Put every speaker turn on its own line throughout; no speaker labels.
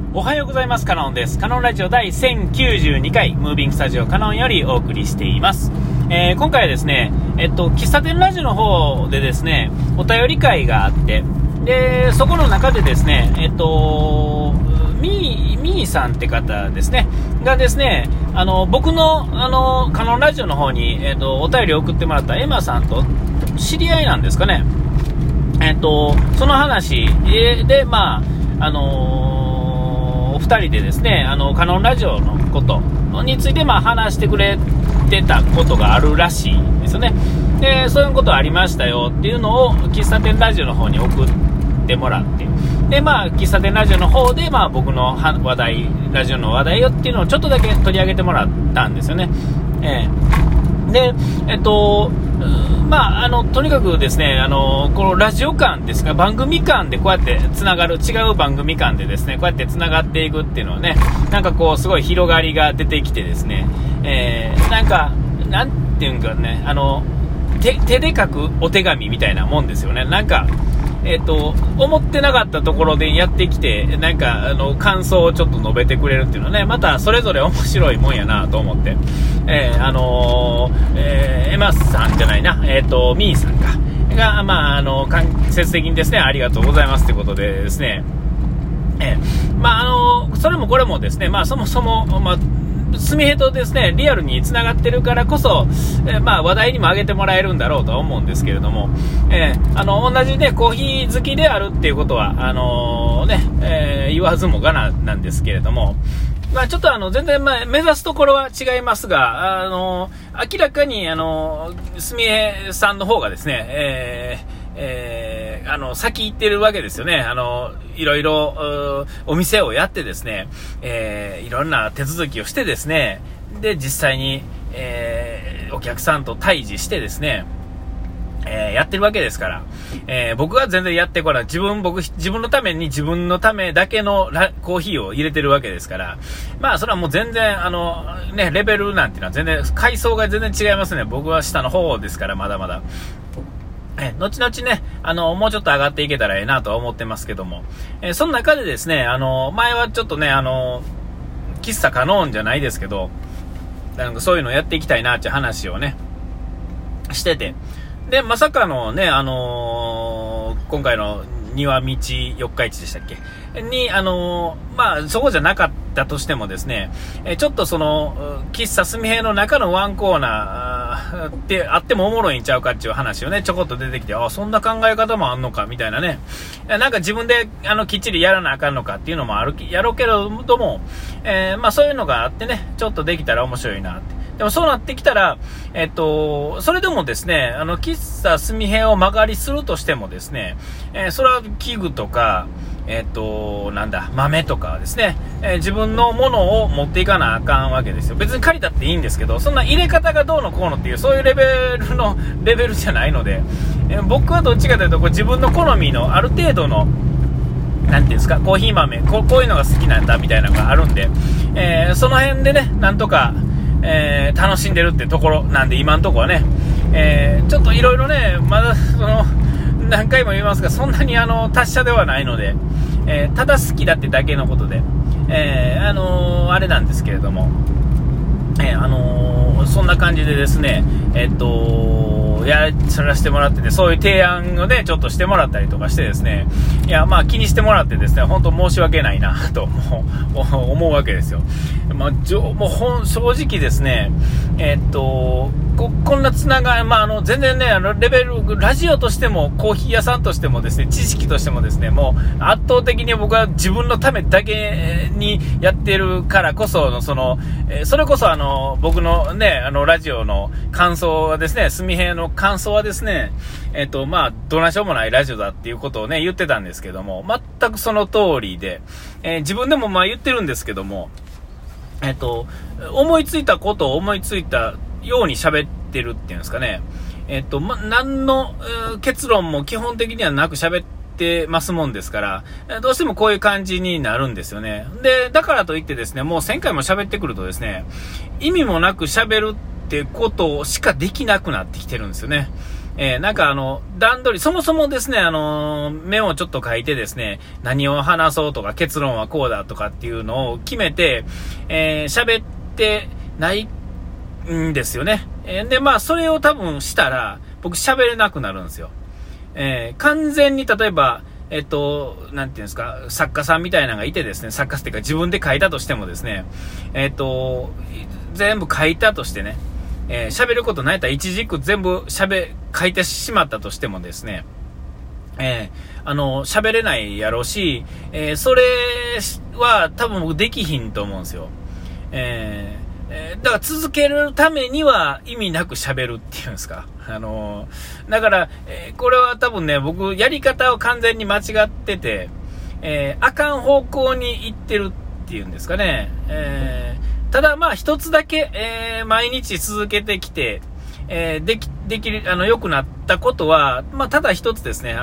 おはようございます。カノンです。カノンラジオ第1092回ムービングスタジオカノンよりお送りしています。今回はですね、喫茶店ラジオの方でですね、お便り会があって、でそこの中でですね、ミーさんって方ですねがですね、僕のカノンラジオの方に、お便りを送ってもらったエマさんと知り合いなんですかね。その話でお二人でですね、カノンラジオのことについて話してくれてたことがあるらしいんですよね。でそういうことありましたよっていうのを喫茶店ラジオの方に送ってもらって、で喫茶店ラジオの方で僕の話題、ラジオの話題よっていうのをちょっとだけ取り上げてもらったんですよね。でとにかくですね、このラジオ間ですが、番組間でこうやってつながる、違う番組間でですね、こうやってつながっていくっていうのはね、なんかこうすごい広がりが出てきてですね、なんていうんかね、手で書くお手紙みたいなもんですよね。なんか思ってなかったところでやってきて、なんか感想をちょっと述べてくれるっていうのはね、またそれぞれ面白いもんやなと思って、エマさんじゃないな、ミーさんが間接的にですね、ありがとうございますということでですね、それもこれもですね、そもそもすみへとですね、リアルにつながってるからこそ、話題にも上げてもらえるんだろうとは思うんですけれども、同じね、コーヒー好きであるっていうことは、言わずもがななんですけれども、ちょっと全然目指すところは違いますが、明らかにすみへさんの方がですね、先行ってるわけですよね。いろいろお店をやってですね、いろんな手続きをしてですね、で実際に、お客さんと対峙してですね、やってるわけですから、僕は全然やってこない。自分のために自分のためだけのコーヒーを入れてるわけですから、それはもう全然レベルなんていうのは全然階層が全然違いますね。僕は下の方ですから、まだまだ。後々ね、もうちょっと上がっていけたらええなとは思ってますけども、その中でですね、前はちょっとね、喫茶カノンじゃないですけど、なんかそういうのやっていきたいなっていう話をね、してて、で、まさかのね、今回の庭道四日市でしたっけに、そこじゃなかったとしてもですね、ちょっとその、喫茶すみへの中のワンコーナーってあってもおもろいんちゃうかっていう話をね、ちょこっと出てきて、そんな考え方もあんのかみたいなね、なんか自分できっちりやらなあかんのかっていうのもやろうけれども、そういうのがあってね、ちょっとできたら面白いなって。でもそうなってきたら、それでもですね、喫茶すみへを間借りするとしてもですね、それは器具とか、豆とかですね、自分のものを持っていかなあかんわけですよ。別に借りたっていいんですけど、そんな入れ方がどうのこうのっていう、そういうレベルじゃないので、僕はどっちかというと、自分の好みのある程度の、なんていうんですか、コーヒー豆、こういうのが好きなんだみたいなのがあるんで、その辺でね、なんとか、楽しんでるってところなんで、今のところはね、ちょっといろいろね、まだ何回も言いますが、そんなに達者ではないので、ただ好きだってだけのことで、あれなんですけれども、そんな感じでですね、やらせてもらってて、そういう提案をね、ちょっとしてもらったりとかしてですね、いや、気にしてもらってですね、本当申し訳ないなと思うわけですよ。もう正直ですね、こんなつながり、全然ね、レベル、ラジオとしても、コーヒー屋さんとしてもですね、知識としてもですね、もう圧倒的に僕は自分のためだけにやってるからこそそれこそ僕のね、ラジオの感想はですね、すみへの感想はですね、どなしょうもないラジオだっていうことをね、言ってたんですけども、全くその通りで、自分でも言ってるんですけども、思いついたことを思いついたように喋ってるっていうんですかね。何の結論も基本的にはなく喋ってますもんですから、どうしてもこういう感じになるんですよね。で、だからといってですね、もう1000回も喋ってくるとですね、意味もなく喋るってことしかできなくなってきてるんですよね。 なんか段取り、そもそもですね、メモをちょっと書いてですね、何を話そうとか、結論はこうだとかっていうのを決めて、喋ってないんですよね。で、まあ、それを多分したら、僕喋れなくなるんですよ。完全に例えば、なんていうんですか、作家さんみたいなのがいてですね、作家っていうか自分で書いたとしてもですね、全部書いたとしてね、喋ることないやったら一軸全部書いてしまったとしてもですね、喋れないやろうし、それは多分僕できひんと思うんですよ。だから続けるためには意味なく喋るっていうんですか。だから、これは多分ね、僕やり方を完全に間違ってて、あかん方向に行ってるっていうんですかね。ただまあ一つだけ、毎日続けてきて、できる、良くなったことは、まあただ一つですね、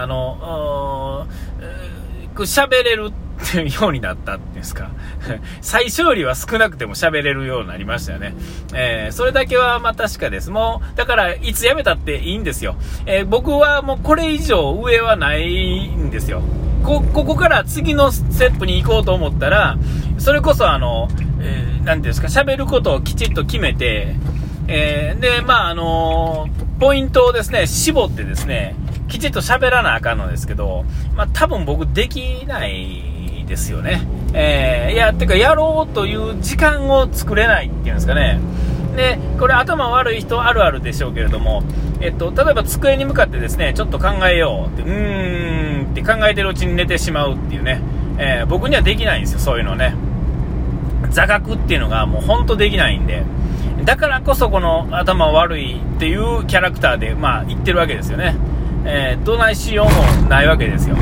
喋れるっていうようになったっていうんですか。最初よりは少なくても喋れるようになりましたよね。それだけはまあ確かです。もう、だからいつ辞めたっていいんですよ。僕はもうこれ以上上はないんですよ。ここから次のステップに行こうと思ったら、それこそなんていうんですか、喋ることをきちっと決めて、で、まあポイントをですね、絞ってですね、きちっと喋らなあかんのですけど、まあ多分僕できないですよね。てかやろうという時間を作れないっていうんですかね。で、これ頭悪い人あるあるでしょうけれども、例えば机に向かってですね、ちょっと考えようって、って考えてるうちに寝てしまうっていうね、僕にはできないんですよ、そういうのね。座学っていうのがもう本当できないんで、だからこそこの頭悪いっていうキャラクターでまあ言ってるわけですよね。どないしようもないわけですよ。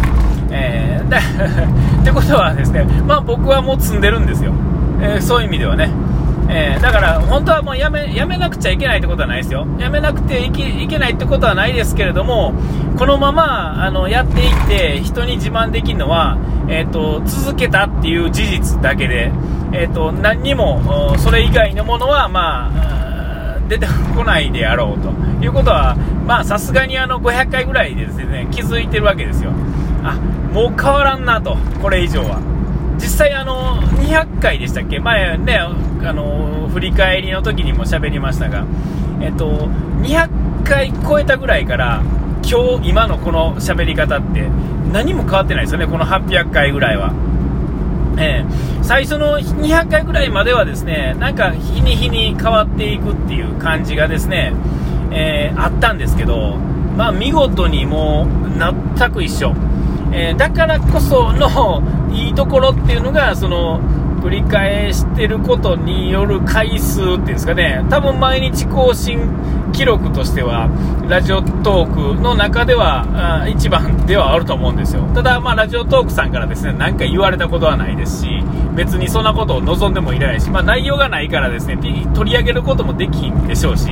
ってことはですね、まあ僕はもう積んでるんですよ。そういう意味ではね。だから本当はもうやめなくちゃいけないってことはないですよ。やめなくていけないってことはないですけれども、このままやっていって人に自慢できるのは、続けたっていう事実だけで、何にもそれ以外のものはまあ出てこないであろうということは、まあさすがに500回ぐらいでですね、気づいてるわけですよ。あ、もう変わらんなと、これ以上は。実際200回でしたっけ、前ね、振り返りの時にも喋りましたが、200回超えたぐらいから今のこの喋り方って何も変わってないですよね、この800回ぐらいは。最初の200回ぐらいまではですね、なんか日に日に変わっていくっていう感じがですね、あったんですけど、まあ見事にもう全く一緒。だからこそのいいところっていうのが、その繰り返してることによる回数っていうんですかね、多分毎日更新記録としてはラジオトークの中では一番ではあると思うんですよ。ただまあラジオトークさんからですね、何か言われたことはないですし、別にそんなことを望んでもいないし、まあ内容がないからですね、取り上げることもできんでしょうし、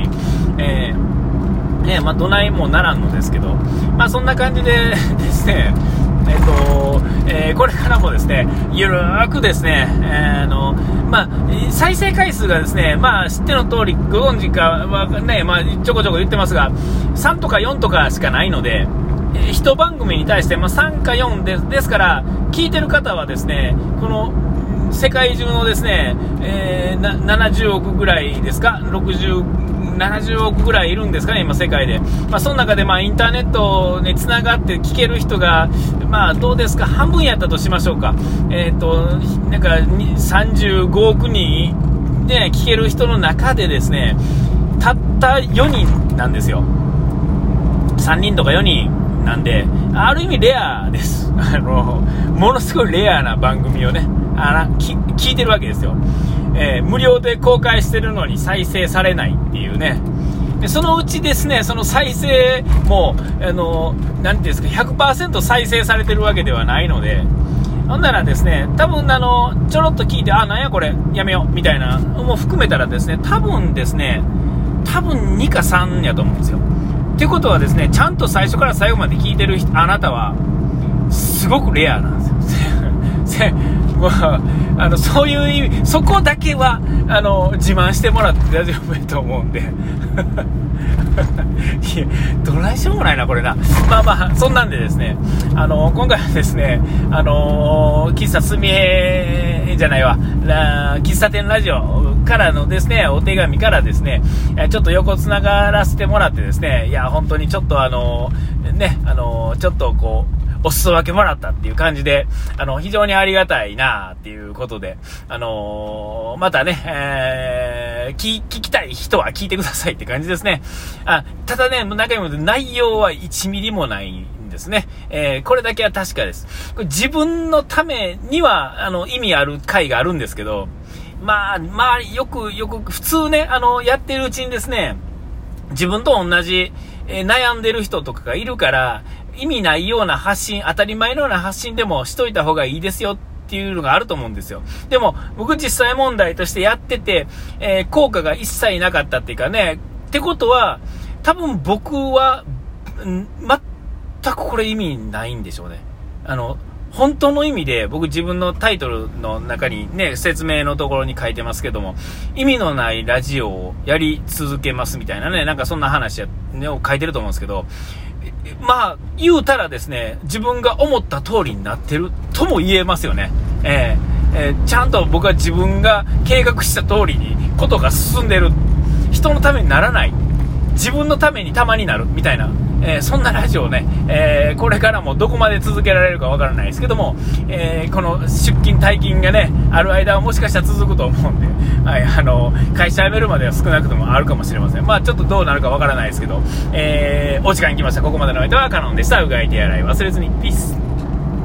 まあどないもならんのですけど、まあそんな感じでですね、これからもですね、ゆるーくですね、まあ、再生回数がですね、まあ、知っての通り、ご存知かはね、まあ、ちょこちょこ言ってますが、3とか4とかしかないので、一番組に対して、まあ、3か4ですから、聞いてる方はですね、この、世界中のですね、70億ぐらいですか、70億ぐらいいるんですかね、今世界で。まあその中でまあインターネットにつながって聞ける人がまあどうですか、半分やったとしましょうか。なんか35億人で聞ける人の中でですね、たった4人なんですよ。3人とか4人なんで、ある意味レアです。ものすごいレアな番組をね、聞いてるわけですよ。無料で公開してるのに再生されないっていうね。でそのうちですね、その再生もなんていうんですか、 100% 再生されてるわけではないので、ほんならですね、多分ちょろっと聞いて、なんやこれやめようみたいなも含めたらですね、多分2か3やと思うんですよ。ってことはですね、ちゃんと最初から最後まで聞いてるあなたはすごくレアなんですよ。 そういう意味、そこだけは自慢してもらって大丈夫やと思うんでいやどないしようもないなこれな。まあまあそんなんでですね、今回はですね、喫茶すみへじゃないわ、喫茶店ラジオからのですね、お手紙からですね、ちょっと横つながらせてもらってですね、いや本当にちょっとちょっとこうお裾分けもらったっていう感じで、非常にありがたいなっていうことで、またね、聞きたい人は聞いてくださいって感じですね。ただね、中身も内容は1ミリもないんですね。これだけは確かです。これ自分のためには、意味ある回があるんですけど、まあ、よく、普通ね、やってるうちにですね、自分と同じ、悩んでる人とかがいるから、意味ないような発信、当たり前のような発信でもしといた方がいいですよっていうのがあると思うんですよ。でも、僕実際問題としてやってて、効果が一切なかったっていうかね、ってことは、多分僕は、全くこれ意味ないんでしょうね。本当の意味で僕自分のタイトルの中にね、説明のところに書いてますけども、意味のないラジオをやり続けますみたいなね、なんかそんな話を書いてると思うんですけど、まあ言うたらですね、自分が思った通りになってるとも言えますよね。ちゃんと僕は自分が計画した通りにことが進んでる、人のためにならない、自分のためにたまになるみたいな、そんなラジオをね、これからもどこまで続けられるかわからないですけども、この出勤退勤がねある間はもしかしたら続くと思うんで、はい、会社辞めるまでは少なくともあるかもしれません。まあちょっとどうなるかわからないですけど、お時間来ました。ここまでの相手はカノンでした。うがい手洗い忘れずに。ピース。